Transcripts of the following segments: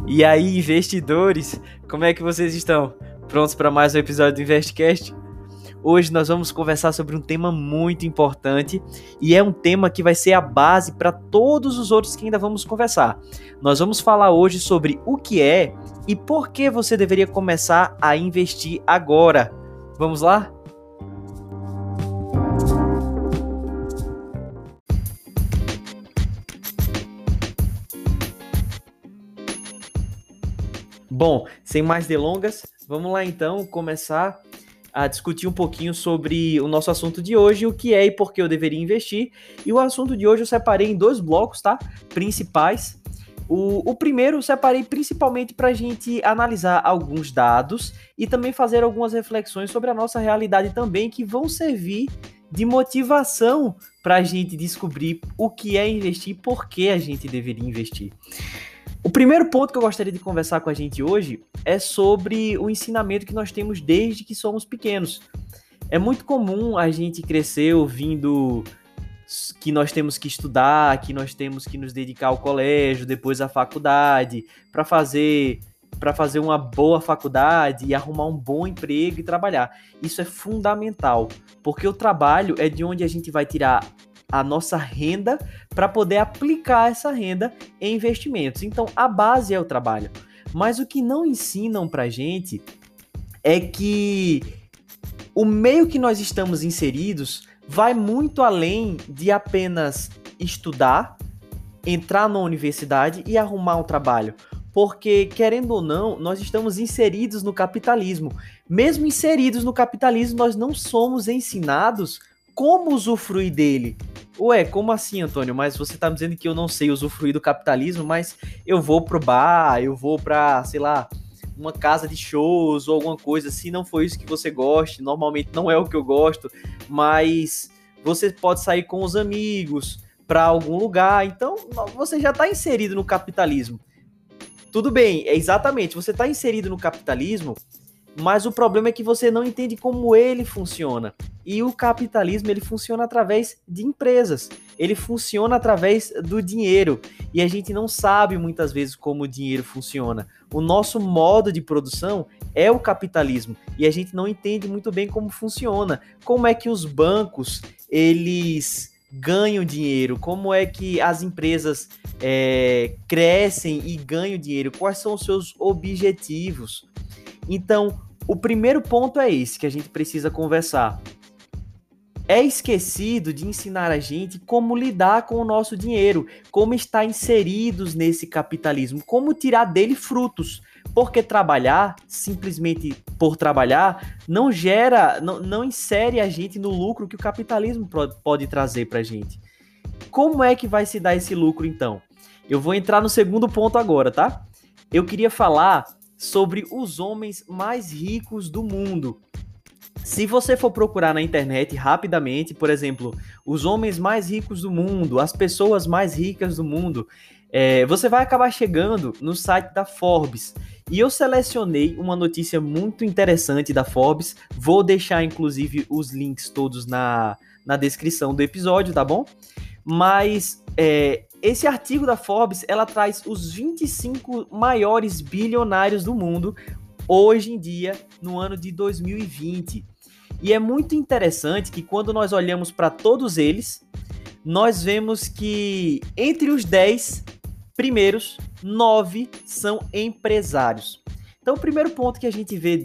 E aí, investidores, como é que vocês estão? Prontos para mais um episódio do InvestCast? Hoje nós vamos conversar sobre um tema muito importante e é um tema que vai ser a base para todos os outros que ainda vamos conversar. Nós vamos falar hoje sobre o que é e por que você deveria começar a investir agora. Vamos lá? Bom, sem mais delongas, vamos lá então começar a discutir um pouquinho sobre o nosso assunto de hoje, o que é e por que eu deveria investir. E o assunto de hoje eu separei em dois blocos, tá? Principais. O primeiro eu separei principalmente para a gente analisar alguns dados e também fazer algumas reflexões sobre a nossa realidade também, que vão servir de motivação para a gente descobrir o que é investir e por que a gente deveria investir. O primeiro ponto que eu gostaria de conversar com a gente hoje é sobre o ensinamento que nós temos desde que somos pequenos. É muito comum a gente crescer ouvindo que nós temos que estudar, que nós temos que nos dedicar ao colégio, depois à faculdade, para fazer uma boa faculdade e arrumar um bom emprego e trabalhar. Isso é fundamental, porque o trabalho é de onde a gente vai tirar a nossa renda para poder aplicar essa renda em investimentos. Então, a base é o trabalho. Mas o que não ensinam para a gente é que o meio que nós estamos inseridos vai muito além de apenas estudar, entrar na universidade e arrumar um trabalho. Porque, querendo ou não, nós estamos inseridos no capitalismo. Mesmo inseridos no capitalismo, nós não somos ensinados como usufruir dele. Ué, como assim, Antônio? Mas você tá me dizendo que eu não sei usufruir do capitalismo, mas eu vou pro bar, eu vou pra, sei lá, uma casa de shows ou alguma coisa. Se não for isso que você goste, normalmente não é o que eu gosto, mas você pode sair com os amigos pra algum lugar. Então, você já tá inserido no capitalismo. Tudo bem, exatamente, você tá inserido no capitalismo, mas o problema é que você não entende como ele funciona. E o capitalismo, ele funciona através de empresas. Ele funciona através do dinheiro. E a gente não sabe muitas vezes como o dinheiro funciona. O nosso modo de produção é o capitalismo. E a gente não entende muito bem como funciona. Como é que os bancos, eles ganham dinheiro? Como é que as empresas crescem e ganham dinheiro? Quais são os seus objetivos? Então, o primeiro ponto é esse que a gente precisa conversar. É esquecido de ensinar a gente como lidar com o nosso dinheiro, como estar inseridos nesse capitalismo, como tirar dele frutos. Porque trabalhar, simplesmente por trabalhar, não insere a gente no lucro que o capitalismo pode trazer para a gente. Como é que vai se dar esse lucro, então? Eu vou entrar no segundo ponto agora, tá? Eu queria falar sobre os homens mais ricos do mundo. Se você for procurar na internet rapidamente, por exemplo, os homens mais ricos do mundo, as pessoas mais ricas do mundo, você vai acabar chegando no site da Forbes. E eu selecionei uma notícia muito interessante da Forbes. Vou deixar, inclusive, os links todos na descrição do episódio, tá bom? Mas esse artigo da Forbes, ela traz os 25 maiores bilionários do mundo hoje em dia, no ano de 2020. E é muito interessante que quando nós olhamos para todos eles, nós vemos que entre os 10 primeiros, 9 são empresários. Então, o primeiro ponto que a gente vê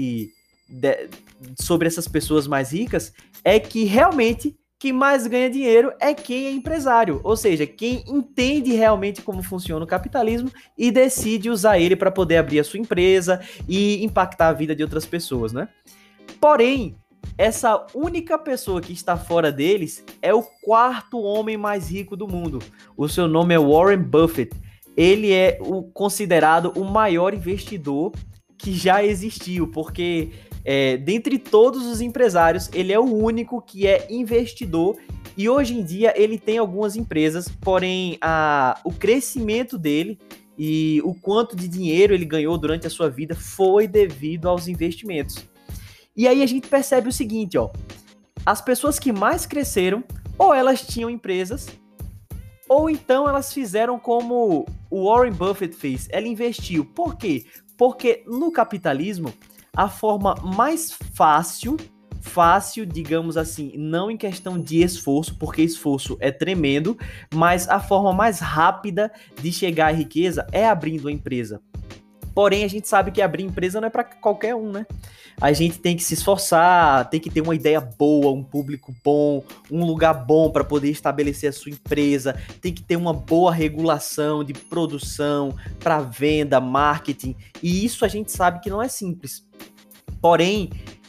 sobre essas pessoas mais ricas é que realmente quem mais ganha dinheiro é quem é empresário, ou seja, quem entende realmente como funciona o capitalismo e decide usar ele para poder abrir a sua empresa e impactar a vida de outras pessoas, né? Porém, essa única pessoa que está fora deles é o quarto homem mais rico do mundo. O seu nome é Warren Buffett. Ele é considerado o maior investidor que já existiu, porque dentre todos os empresários, ele é o único que é investidor e hoje em dia ele tem algumas empresas, porém o crescimento dele e o quanto de dinheiro ele ganhou durante a sua vida foi devido aos investimentos. E aí a gente percebe o seguinte, ó, as pessoas que mais cresceram, ou elas tinham empresas, Ou então elas fizeram como o Warren Buffett fez, ela investiu. Por quê? Porque no capitalismo, a forma mais fácil, digamos assim, não em questão de esforço, porque esforço é tremendo, mas a forma mais rápida de chegar à riqueza é abrindo a empresa. Porém, a gente sabe que abrir empresa não é para qualquer um, né? A gente tem que se esforçar, tem que ter uma ideia boa, um público bom, um lugar bom para poder estabelecer a sua empresa, tem que ter uma boa regulação de produção, para venda, marketing, e isso a gente sabe que não é simples. Porém,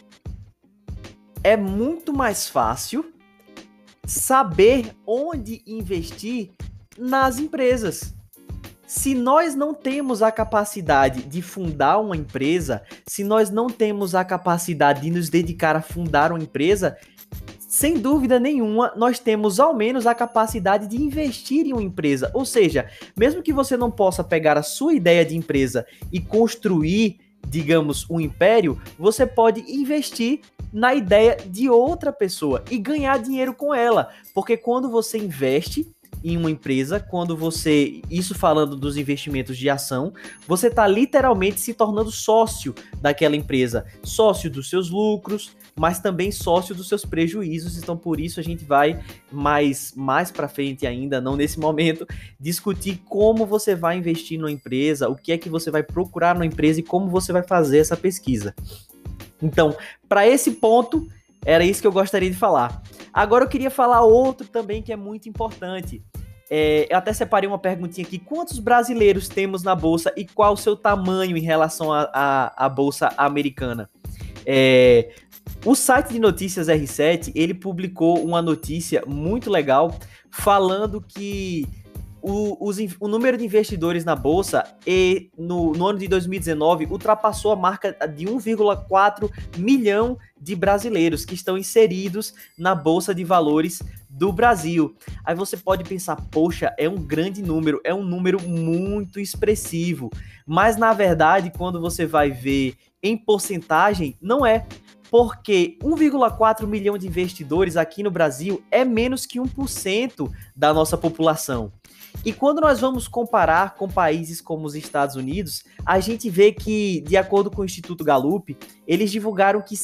é muito mais fácil saber onde investir nas empresas. Se nós não temos a capacidade de fundar uma empresa, se nós não temos a capacidade de nos dedicar a fundar uma empresa, sem dúvida nenhuma, nós temos ao menos a capacidade de investir em uma empresa. Ou seja, mesmo que você não possa pegar a sua ideia de empresa e construir, digamos, um império, você pode investir na ideia de outra pessoa e ganhar dinheiro com ela. Porque quando você investe em uma empresa, quando você, isso falando dos investimentos de ação, você está literalmente se tornando sócio daquela empresa, sócio dos seus lucros, mas também sócio dos seus prejuízos. Então por isso a gente vai mais para frente ainda, não nesse momento, discutir como você vai investir numa empresa, o que é que você vai procurar numa empresa e como você vai fazer essa pesquisa. Então, para esse ponto, era isso que eu gostaria de falar. Agora eu queria falar outro também que é muito importante. Eu até separei uma perguntinha aqui. Quantos brasileiros temos na Bolsa e qual o seu tamanho em relação à Bolsa americana? O site de notícias R7, ele publicou uma notícia muito legal falando que o número de investidores na Bolsa no ano de 2019 ultrapassou a marca de 1,4 milhão de brasileiros que estão inseridos na Bolsa de Valores do Brasil. Aí você pode pensar, poxa, é um grande número, é um número muito expressivo. Mas na verdade, quando você vai ver em porcentagem, não é. Porque 1,4 milhão de investidores aqui no Brasil é menos que 1% da nossa população. E quando nós vamos comparar com países como os Estados Unidos, a gente vê que, de acordo com o Instituto Gallup, eles divulgaram que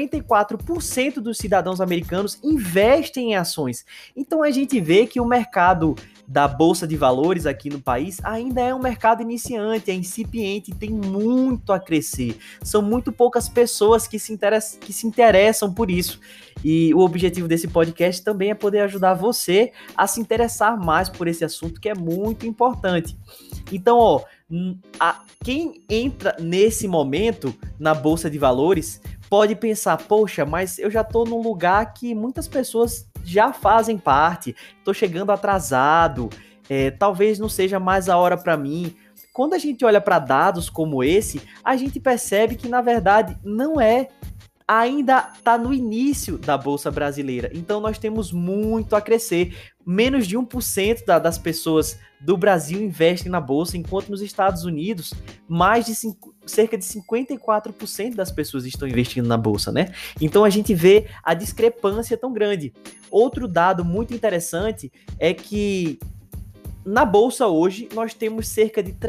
54% dos cidadãos americanos investem em ações. Então a gente vê que o mercado da Bolsa de Valores aqui no país ainda é um mercado iniciante, é incipiente, tem muito a crescer. São muito poucas pessoas que se interessam por isso. E o objetivo desse podcast também é poder ajudar você a se interessar mais por esse assunto que é muito importante. Então, quem entra nesse momento na Bolsa de Valores pode pensar, poxa, mas eu já estou num lugar que muitas pessoas já fazem parte, estou chegando atrasado, talvez não seja mais a hora para mim. Quando a gente olha para dados como esse, a gente percebe que, na verdade, não é. Ainda está no início da Bolsa Brasileira, então nós temos muito a crescer. Menos de 1% das pessoas do Brasil investem na Bolsa, enquanto nos Estados Unidos, cerca de 54% das pessoas estão investindo na Bolsa, né? Então a gente vê a discrepância tão grande. Outro dado muito interessante é que na Bolsa hoje nós temos cerca de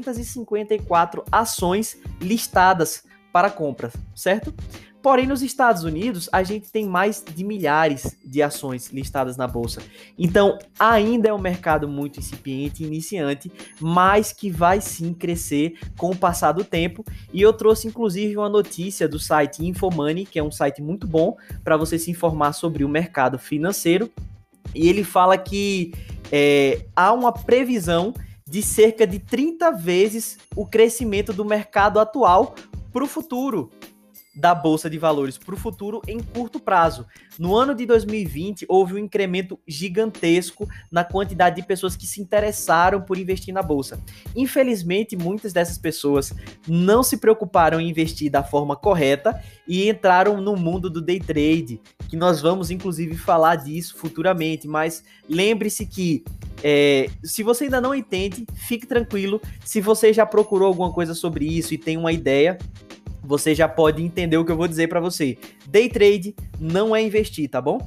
354 ações listadas para compra, certo? Porém, nos Estados Unidos, a gente tem mais de milhares de ações listadas na Bolsa. Então, ainda é um mercado muito incipiente e iniciante, mas que vai sim crescer com o passar do tempo. E eu trouxe, inclusive, uma notícia do site Infomoney, que é um site muito bom para você se informar sobre o mercado financeiro. E ele fala que há uma previsão de cerca de 30 vezes o crescimento do mercado atual para o futuro da Bolsa de Valores, para o futuro em curto prazo. No ano de 2020, houve um incremento gigantesco na quantidade de pessoas que se interessaram por investir na Bolsa. Infelizmente, muitas dessas pessoas não se preocuparam em investir da forma correta e entraram no mundo do day trade, que nós vamos, inclusive, falar disso futuramente, mas lembre-se que se você ainda não entende, fique tranquilo. Se você já procurou alguma coisa sobre isso e tem uma ideia, você já pode entender o que eu vou dizer para você. Day trade não é investir, tá bom?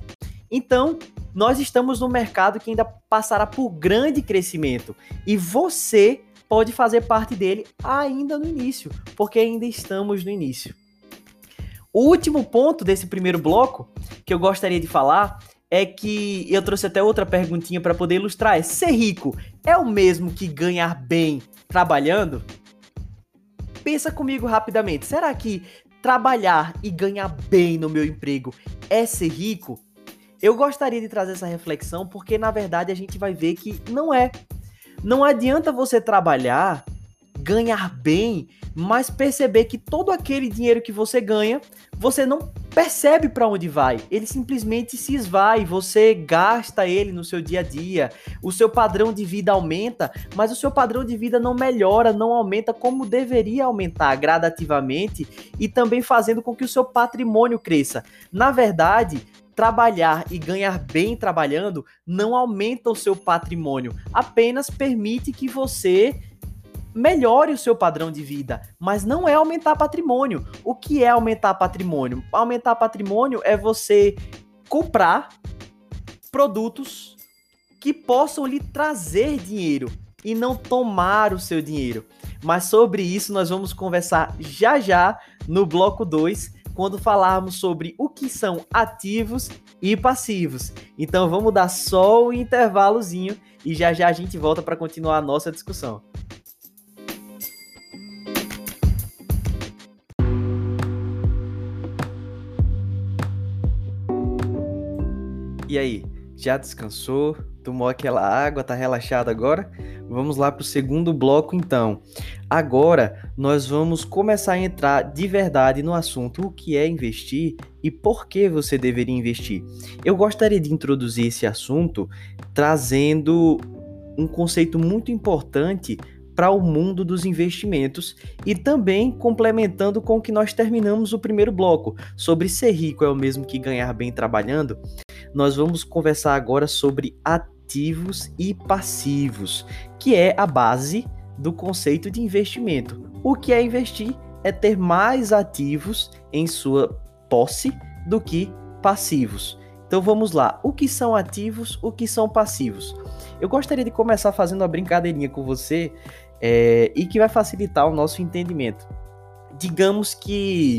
Então, nós estamos num mercado que ainda passará por grande crescimento e você pode fazer parte dele ainda no início, porque ainda estamos no início. O último ponto desse primeiro bloco que eu gostaria de falar é que eu trouxe até outra perguntinha para poder ilustrar. Ser rico é o mesmo que ganhar bem trabalhando? Pensa comigo rapidamente. Será que trabalhar e ganhar bem no meu emprego é ser rico? Eu gostaria de trazer essa reflexão porque, na verdade, a gente vai ver que não é. Não adianta você trabalhar, ganhar bem, mas perceber que todo aquele dinheiro que você ganha, você não percebe para onde vai. Ele simplesmente se esvai, você gasta ele no seu dia a dia, o seu padrão de vida aumenta, mas o seu padrão de vida não melhora, não aumenta como deveria aumentar gradativamente e também fazendo com que o seu patrimônio cresça. Na verdade, trabalhar e ganhar bem trabalhando não aumenta o seu patrimônio, apenas permite que você melhore o seu padrão de vida, mas não é aumentar patrimônio. O que é aumentar patrimônio? Aumentar patrimônio é você comprar produtos que possam lhe trazer dinheiro e não tomar o seu dinheiro. Mas sobre isso nós vamos conversar já já no bloco 2, quando falarmos sobre o que são ativos e passivos. Então vamos dar só um intervalozinho e já já a gente volta para continuar a nossa discussão. E aí, já descansou? Tomou aquela água? Tá relaxado agora? Vamos lá para o segundo bloco então. Agora nós vamos começar a entrar de verdade no assunto o que é investir e por que você deveria investir. Eu gostaria de introduzir esse assunto trazendo um conceito muito importante para o mundo dos investimentos e também complementando com o que nós terminamos o primeiro bloco, sobre ser rico é o mesmo que ganhar bem trabalhando. Nós vamos conversar agora sobre ativos e passivos, que é a base do conceito de investimento. O que é investir é ter mais ativos em sua posse do que passivos. Então vamos lá, o que são ativos, o que são passivos? Eu gostaria de começar fazendo uma brincadeirinha com você e que vai facilitar o nosso entendimento. Digamos que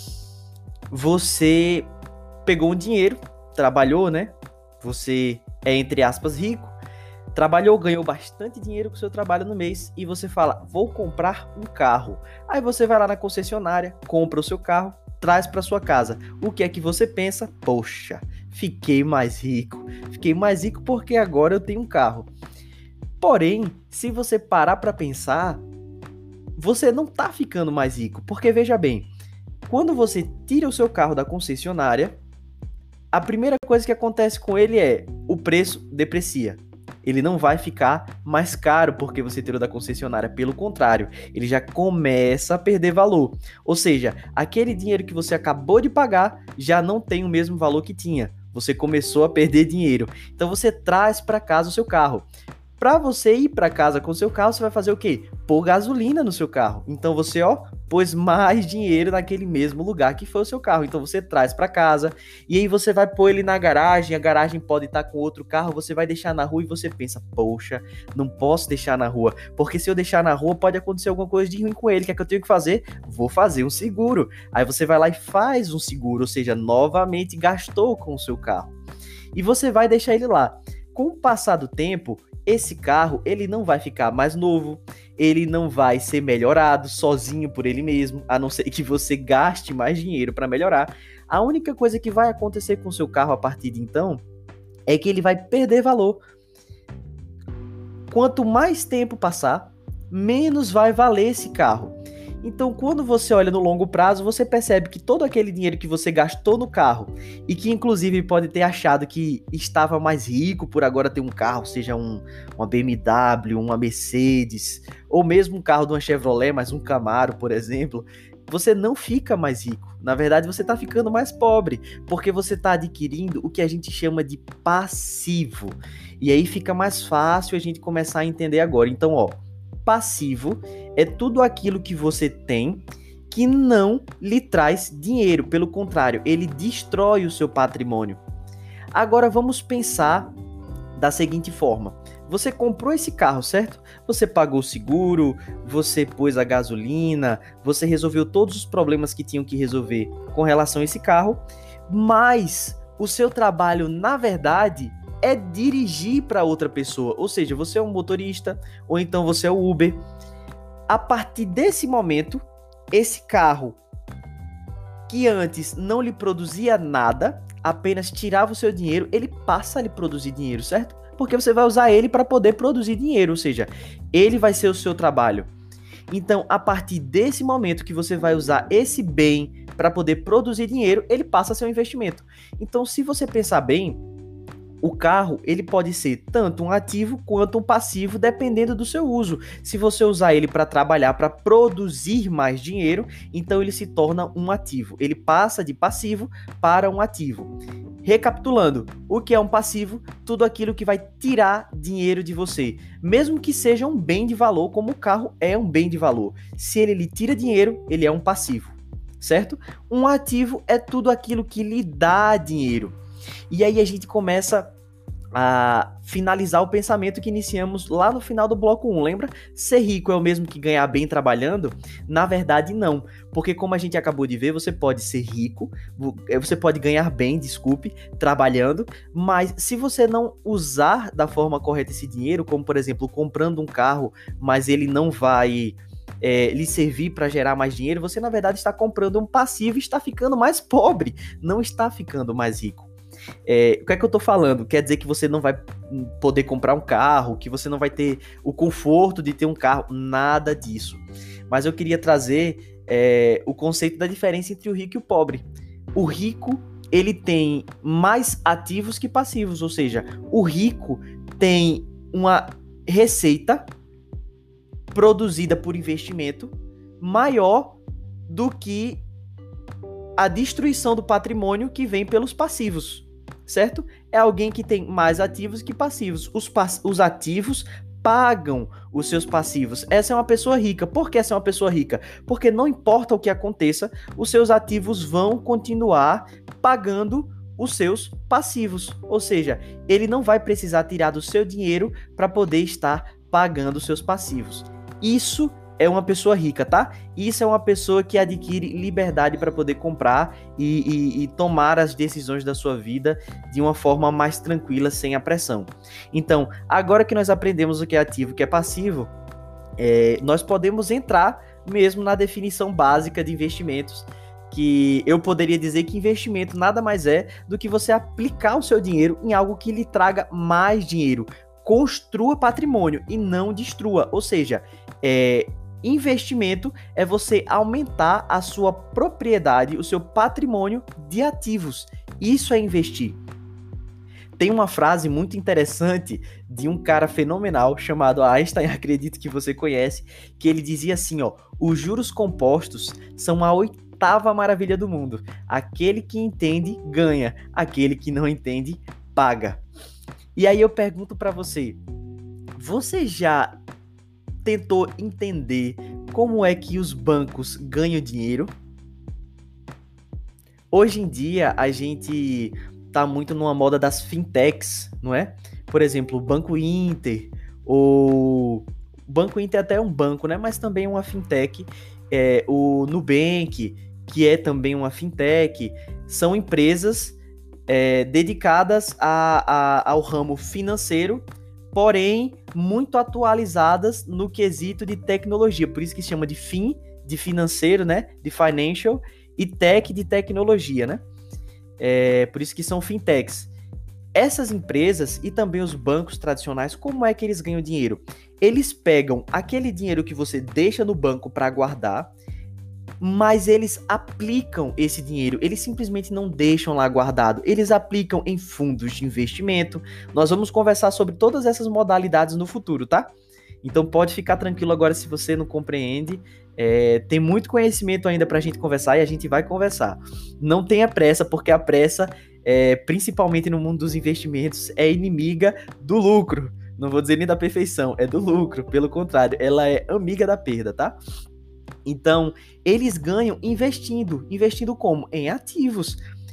você pegou um dinheiro, trabalhou, né? Você é, entre aspas, rico, trabalhou, ganhou bastante dinheiro com o seu trabalho no mês e você fala, vou comprar um carro. Aí você vai lá na concessionária, compra o seu carro, traz para sua casa. O que é que você pensa? Poxa, fiquei mais rico. Fiquei mais rico porque agora eu tenho um carro. Porém, se você parar para pensar, você não tá ficando mais rico. Porque veja bem, quando você tira o seu carro da concessionária, a primeira coisa que acontece com ele é o preço deprecia. Ele não vai ficar mais caro porque você tirou da concessionária. Pelo contrário, ele já começa a perder valor. Ou seja, aquele dinheiro que você acabou de pagar já não tem o mesmo valor que tinha. Você começou a perder dinheiro. Então você traz para casa o seu carro. Para você ir para casa com o seu carro, você vai fazer o quê? Pôr gasolina no seu carro. Então você, pôs mais dinheiro naquele mesmo lugar que foi o seu carro. Então você traz para casa e aí você vai pôr ele na garagem. A garagem pode estar com outro carro, você vai deixar na rua e você pensa, poxa, não posso deixar na rua, porque se eu deixar na rua pode acontecer alguma coisa de ruim com ele. O que é que eu tenho que fazer? Vou fazer um seguro. Aí você vai lá e faz um seguro, ou seja, novamente gastou com o seu carro. E você vai deixar ele lá. Com o passar do tempo, esse carro, ele não vai ficar mais novo, ele não vai ser melhorado sozinho por ele mesmo, a não ser que você gaste mais dinheiro para melhorar. A única coisa que vai acontecer com o seu carro a partir de então é que ele vai perder valor. Quanto mais tempo passar, menos vai valer esse carro. Então, quando você olha no longo prazo, você percebe que todo aquele dinheiro que você gastou no carro e que inclusive pode ter achado que estava mais rico por agora ter um carro, seja uma BMW, uma Mercedes, ou mesmo um carro de uma Chevrolet, mas um Camaro, por exemplo, você não fica mais rico. Na verdade, você está ficando mais pobre, porque você está adquirindo o que a gente chama de passivo. E aí fica mais fácil a gente começar a entender agora. Então, passivo é tudo aquilo que você tem que não lhe traz dinheiro. Pelo contrário, ele destrói o seu patrimônio. Agora vamos pensar da seguinte forma. Você comprou esse carro, certo? Você pagou o seguro, você pôs a gasolina, você resolveu todos os problemas que tinham que resolver com relação a esse carro, mas o seu trabalho, na verdade, é dirigir para outra pessoa. Ou seja, você é um motorista, ou então você é o Uber. A partir desse momento, esse carro que antes não lhe produzia nada, apenas tirava o seu dinheiro, ele passa a lhe produzir dinheiro, certo? Porque você vai usar ele para poder produzir dinheiro, ou seja, ele vai ser o seu trabalho. Então, a partir desse momento que você vai usar esse bem para poder produzir dinheiro, ele passa a ser um investimento. Então, se você pensar bem, o carro, ele pode ser tanto um ativo quanto um passivo, dependendo do seu uso. Se você usar ele para trabalhar, para produzir mais dinheiro, então ele se torna um ativo. Ele passa de passivo para um ativo. Recapitulando, o que é um passivo? Tudo aquilo que vai tirar dinheiro de você. Mesmo que seja um bem de valor, como o carro é um bem de valor. Se ele lhe tira dinheiro, ele é um passivo, certo? Um ativo é tudo aquilo que lhe dá dinheiro. E aí a gente começa a finalizar o pensamento que iniciamos lá no final do bloco 1, lembra? Ser rico é o mesmo que ganhar bem trabalhando? Na verdade, não. Porque como a gente acabou de ver, você pode ser rico, você pode ganhar bem, trabalhando, mas se você não usar da forma correta esse dinheiro, como por exemplo, comprando um carro, mas ele não vai lhe servir para gerar mais dinheiro, você na verdade está comprando um passivo e está ficando mais pobre, não está ficando mais rico. O que é que eu tô falando? Quer dizer que você não vai poder comprar um carro, que você não vai ter o conforto de ter um carro, nada disso. Mas eu queria trazer o conceito da diferença entre o rico e o pobre. O rico, ele tem mais ativos que passivos, ou seja, o rico tem uma receita produzida por investimento maior do que a destruição do patrimônio que vem pelos passivos, certo? É alguém que tem mais ativos que passivos. Os ativos pagam os seus passivos. Essa é uma pessoa rica. Por que essa é uma pessoa rica? Porque não importa o que aconteça, os seus ativos vão continuar pagando os seus passivos. Ou seja, ele não vai precisar tirar do seu dinheiro para poder estar pagando os seus passivos. Isso é uma pessoa rica, tá? Isso é uma pessoa que adquire liberdade para poder comprar e tomar as decisões da sua vida de uma forma mais tranquila, sem a pressão. Então, agora que nós aprendemos o que é ativo e o que é passivo, nós podemos entrar mesmo na definição básica de investimentos, que eu poderia dizer que investimento nada mais é do que você aplicar o seu dinheiro em algo que lhe traga mais dinheiro. Construa patrimônio e não destrua. Ou seja, investimento é você aumentar a sua propriedade, o seu patrimônio de ativos. Isso é investir. Tem uma frase muito interessante de um cara fenomenal chamado Einstein, acredito que você conhece, que ele dizia assim, ó: os juros compostos são a oitava maravilha do mundo. Aquele que entende, ganha. Aquele que não entende, paga. E aí eu pergunto para você, você já tentou entender como é que os bancos ganham dinheiro? Hoje em dia, a gente tá muito numa moda das fintechs, não é? Por exemplo, o Banco Inter, o Banco Inter é até um banco, né? Mas também é uma fintech, o Nubank, que é também uma fintech, são empresas dedicadas ao ramo financeiro, porém muito atualizadas no quesito de tecnologia, por isso que se chama de fin, de financeiro, né, de financial, e tech, de tecnologia, né, por isso que são fintechs. Essas empresas e também os bancos tradicionais, como é que eles ganham dinheiro? Eles pegam aquele dinheiro que você deixa no banco para guardar, mas eles aplicam esse dinheiro, eles simplesmente não deixam lá guardado, eles aplicam em fundos de investimento. Nós vamos conversar sobre todas essas modalidades no futuro, tá? Então pode ficar tranquilo agora se você não compreende, tem muito conhecimento ainda pra gente conversar e a gente vai conversar. Não tenha pressa, porque a pressa, principalmente no mundo dos investimentos, é inimiga do lucro. Não vou dizer nem da perfeição, é do lucro, pelo contrário, ela é amiga da perda, tá? Então, eles ganham investindo. Investindo como? Em ativos.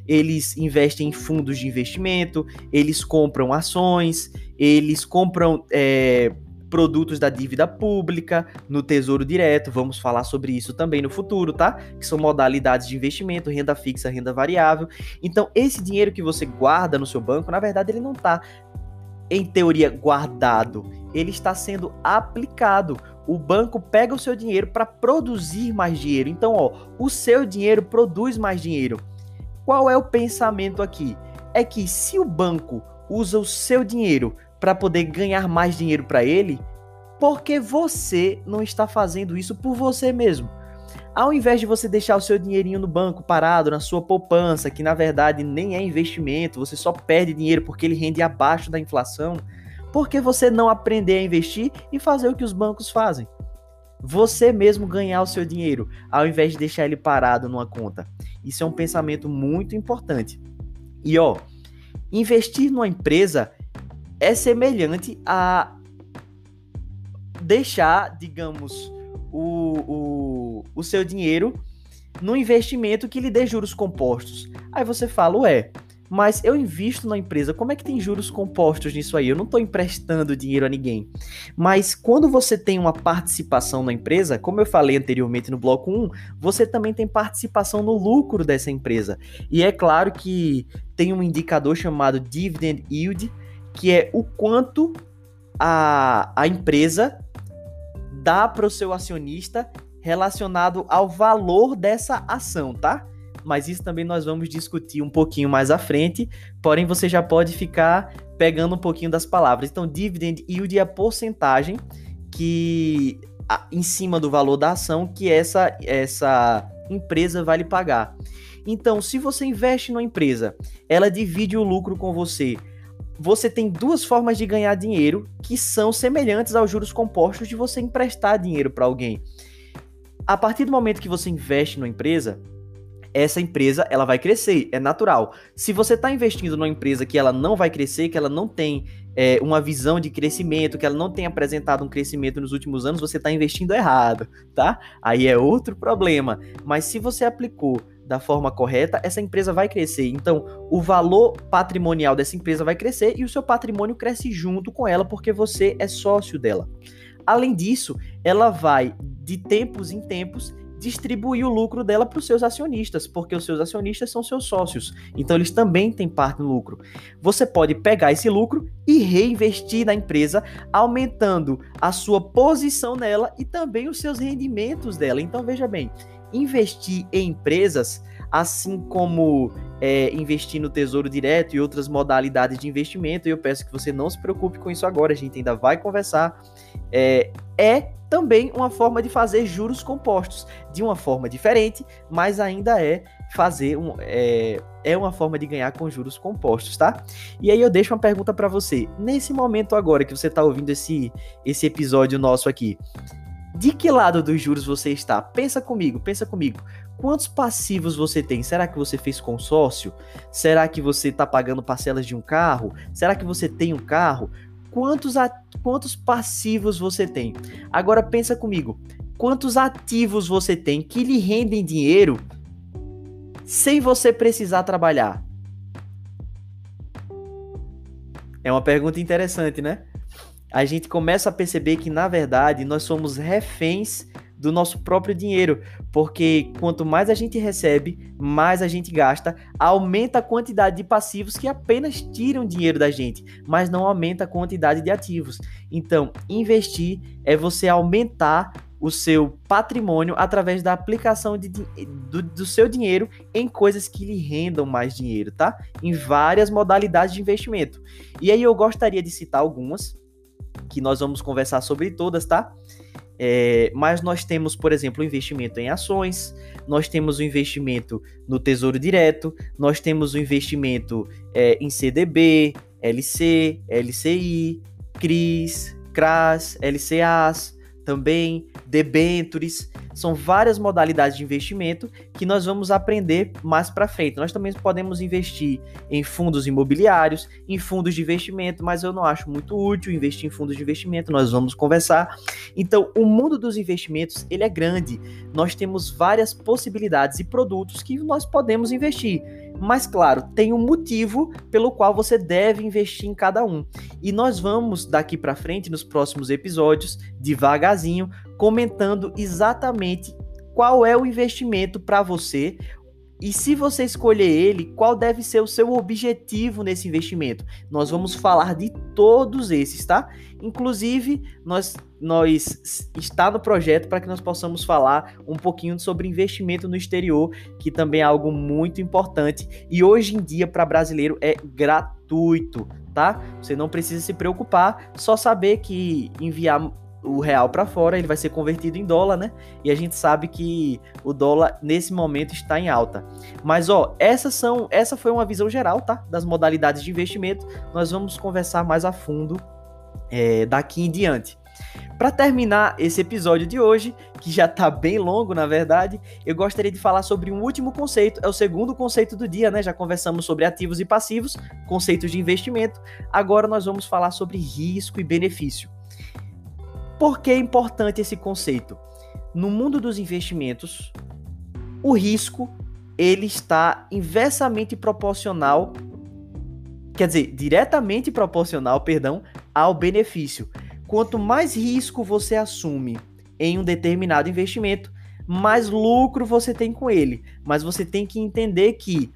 eles investem em fundos de investimento, eles compram ações, eles compram produtos da dívida pública no Tesouro Direto. Vamos falar sobre isso também no futuro, tá? Que são modalidades de investimento, renda fixa, renda variável. Então, esse dinheiro que você guarda no seu banco, na verdade, ele não está, em teoria, guardado. Ele está sendo aplicado. O banco pega o seu dinheiro para produzir mais dinheiro. Então, o seu dinheiro produz mais dinheiro. Qual é o pensamento aqui? É que se o banco usa o seu dinheiro para poder ganhar mais dinheiro para ele, por que você não está fazendo isso por você mesmo? Ao invés de você deixar o seu dinheirinho no banco parado, na sua poupança, que na verdade nem é investimento, você só perde dinheiro porque ele rende abaixo da inflação, por que você não aprender a investir e fazer o que os bancos fazem? Você mesmo ganhar o seu dinheiro, ao invés de deixar ele parado numa conta. Isso é um pensamento muito importante. E investir numa empresa é semelhante a deixar, digamos, o seu dinheiro no investimento que lhe dê juros compostos. Aí você fala, mas eu invisto na empresa, como é que tem juros compostos nisso aí? Eu não estou emprestando dinheiro a ninguém. Mas quando você tem uma participação na empresa, como eu falei anteriormente no bloco 1, você também tem participação no lucro dessa empresa. E é claro que tem um indicador chamado Dividend Yield, que é o quanto a empresa dá para o seu acionista relacionado ao valor dessa ação, tá? Mas isso também nós vamos discutir um pouquinho mais à frente, porém você já pode ficar pegando um pouquinho das palavras. Então, Dividend Yield é a porcentagem que, em cima do valor da ação, que essa empresa vai lhe pagar. Então, se você investe numa empresa, ela divide o lucro com você. Você tem duas formas de ganhar dinheiro que são semelhantes aos juros compostos de você emprestar dinheiro para alguém. A partir do momento que você investe numa empresa, essa empresa ela vai crescer, é natural. Se você está investindo numa empresa que ela não vai crescer, que ela não tem uma visão de crescimento, que ela não tem apresentado um crescimento nos últimos anos, você está investindo errado, tá? Aí é outro problema. Mas se você aplicou da forma correta, essa empresa vai crescer. Então, o valor patrimonial dessa empresa vai crescer e o seu patrimônio cresce junto com ela, porque você é sócio dela. Além disso, ela vai, de tempos em tempos, distribuir o lucro dela para os seus acionistas, porque os seus acionistas são seus sócios. Então, eles também têm parte no lucro. Você pode pegar esse lucro e reinvestir na empresa, aumentando a sua posição nela e também os seus rendimentos dela. Então, veja bem, investir em empresas, assim como investir no Tesouro Direto e outras modalidades de investimento, e eu peço que você não se preocupe com isso agora, a gente ainda vai conversar, é também uma forma de fazer juros compostos, de uma forma diferente, mas ainda é uma forma de ganhar com juros compostos, tá? E aí eu deixo uma pergunta para você, nesse momento agora que você está ouvindo esse episódio nosso aqui, de que lado dos juros você está? Pensa comigo. Quantos passivos você tem? Será que você fez consórcio? Será que você está pagando parcelas de um carro? Será que você tem um carro? Quantos passivos você tem? Agora pensa comigo. Quantos ativos você tem que lhe rendem dinheiro sem você precisar trabalhar? É uma pergunta interessante, né? A gente começa a perceber que, na verdade, nós somos reféns do nosso próprio dinheiro, porque quanto mais a gente recebe, mais a gente gasta, aumenta a quantidade de passivos que apenas tiram dinheiro da gente, mas não aumenta a quantidade de ativos. Então, investir é você aumentar o seu patrimônio através da aplicação do seu dinheiro em coisas que lhe rendam mais dinheiro, tá? Em várias modalidades de investimento. E aí eu gostaria de citar algumas, que nós vamos conversar sobre todas, tá? Mas nós temos, por exemplo, o investimento em ações, nós temos o investimento no Tesouro Direto, nós temos o investimento em CDB, LC, LCI, CRIs, CRAS, LCAs, também debentures. São várias modalidades de investimento que nós vamos aprender mais para frente. Nós também podemos investir em fundos imobiliários, em fundos de investimento, mas eu não acho muito útil investir em fundos de investimento, nós vamos conversar. Então, o mundo dos investimentos, ele é grande. Nós temos várias possibilidades e produtos que nós podemos investir. Mas, claro, tem um motivo pelo qual você deve investir em cada um. E nós vamos, daqui para frente, nos próximos episódios, devagarzinho, comentando exatamente qual é o investimento para você e, se você escolher ele, qual deve ser o seu objetivo nesse investimento. Nós vamos falar de todos esses, tá? Inclusive, nós está no projeto para que nós possamos falar um pouquinho sobre investimento no exterior, que também é algo muito importante e hoje em dia para brasileiro é gratuito, tá? Você não precisa se preocupar, só saber que enviar o real para fora, ele vai ser convertido em dólar, né? E a gente sabe que o dólar nesse momento está em alta. Mas essa foi uma visão geral, tá? Das modalidades de investimento. Nós vamos conversar mais a fundo daqui em diante. Para terminar esse episódio de hoje, que já está bem longo, na verdade, eu gostaria de falar sobre um último conceito, é o segundo conceito do dia, né? Já conversamos sobre ativos e passivos, conceitos de investimento. Agora nós vamos falar sobre risco e benefício. Por que é importante esse conceito? No mundo dos investimentos, o risco ele está inversamente proporcional, diretamente proporcional, ao benefício. Quanto mais risco você assume em um determinado investimento, mais lucro você tem com ele. Mas você tem que entender que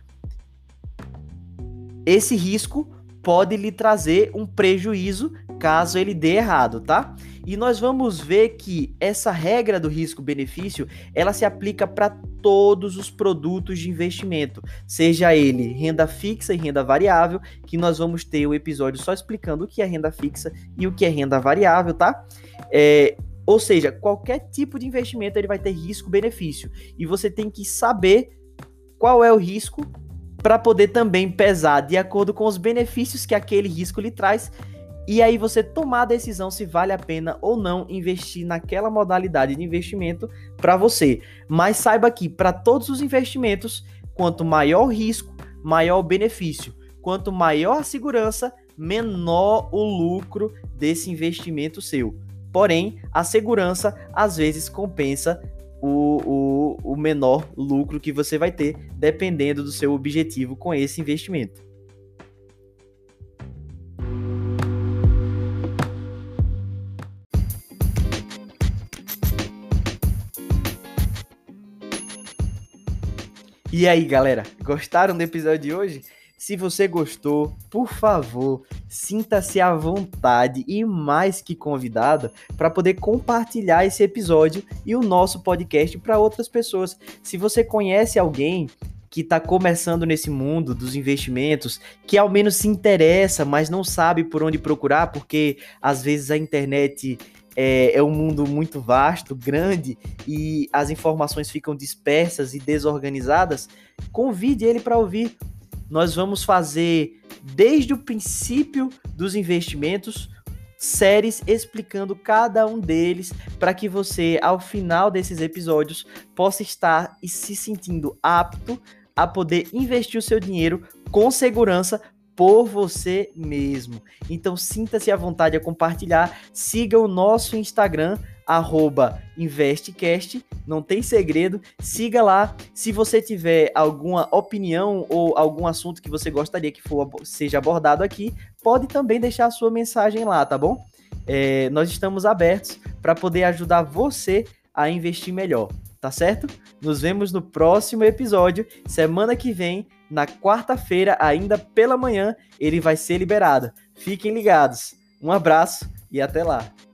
esse risco pode lhe trazer um prejuízo caso ele dê errado, tá? E nós vamos ver que essa regra do risco-benefício, ela se aplica para todos os produtos de investimento, seja ele renda fixa e renda variável, que nós vamos ter um episódio só explicando o que é renda fixa e o que é renda variável, tá? Ou seja, qualquer tipo de investimento ele vai ter risco-benefício, e você tem que saber qual é o risco para poder também pesar de acordo com os benefícios que aquele risco lhe traz, e aí você tomar a decisão se vale a pena ou não investir naquela modalidade de investimento para você. Mas saiba que para todos os investimentos, quanto maior o risco, maior o benefício. Quanto maior a segurança, menor o lucro desse investimento seu. Porém, a segurança às vezes compensa o menor lucro que você vai ter, dependendo do seu objetivo com esse investimento. E aí, galera, gostaram do episódio de hoje? Se você gostou, por favor, sinta-se à vontade e mais que convidado para poder compartilhar esse episódio e o nosso podcast para outras pessoas. Se você conhece alguém que está começando nesse mundo dos investimentos, que ao menos se interessa, mas não sabe por onde procurar, porque às vezes a internet é um mundo muito vasto, grande, e as informações ficam dispersas e desorganizadas, convide ele para ouvir. Nós vamos fazer, desde o princípio dos investimentos, séries explicando cada um deles, para que você, ao final desses episódios, possa estar se sentindo apto a poder investir o seu dinheiro com segurança por você mesmo. Então sinta-se à vontade a compartilhar, siga o nosso Instagram, @investcast, não tem segredo, siga lá. Se você tiver alguma opinião ou algum assunto que você gostaria que seja abordado aqui, pode também deixar a sua mensagem lá, tá bom? Nós estamos abertos para poder ajudar você a investir melhor, tá certo? Nos vemos no próximo episódio, semana que vem, na quarta-feira, ainda pela manhã, ele vai ser liberado. Fiquem ligados. Um abraço e até lá.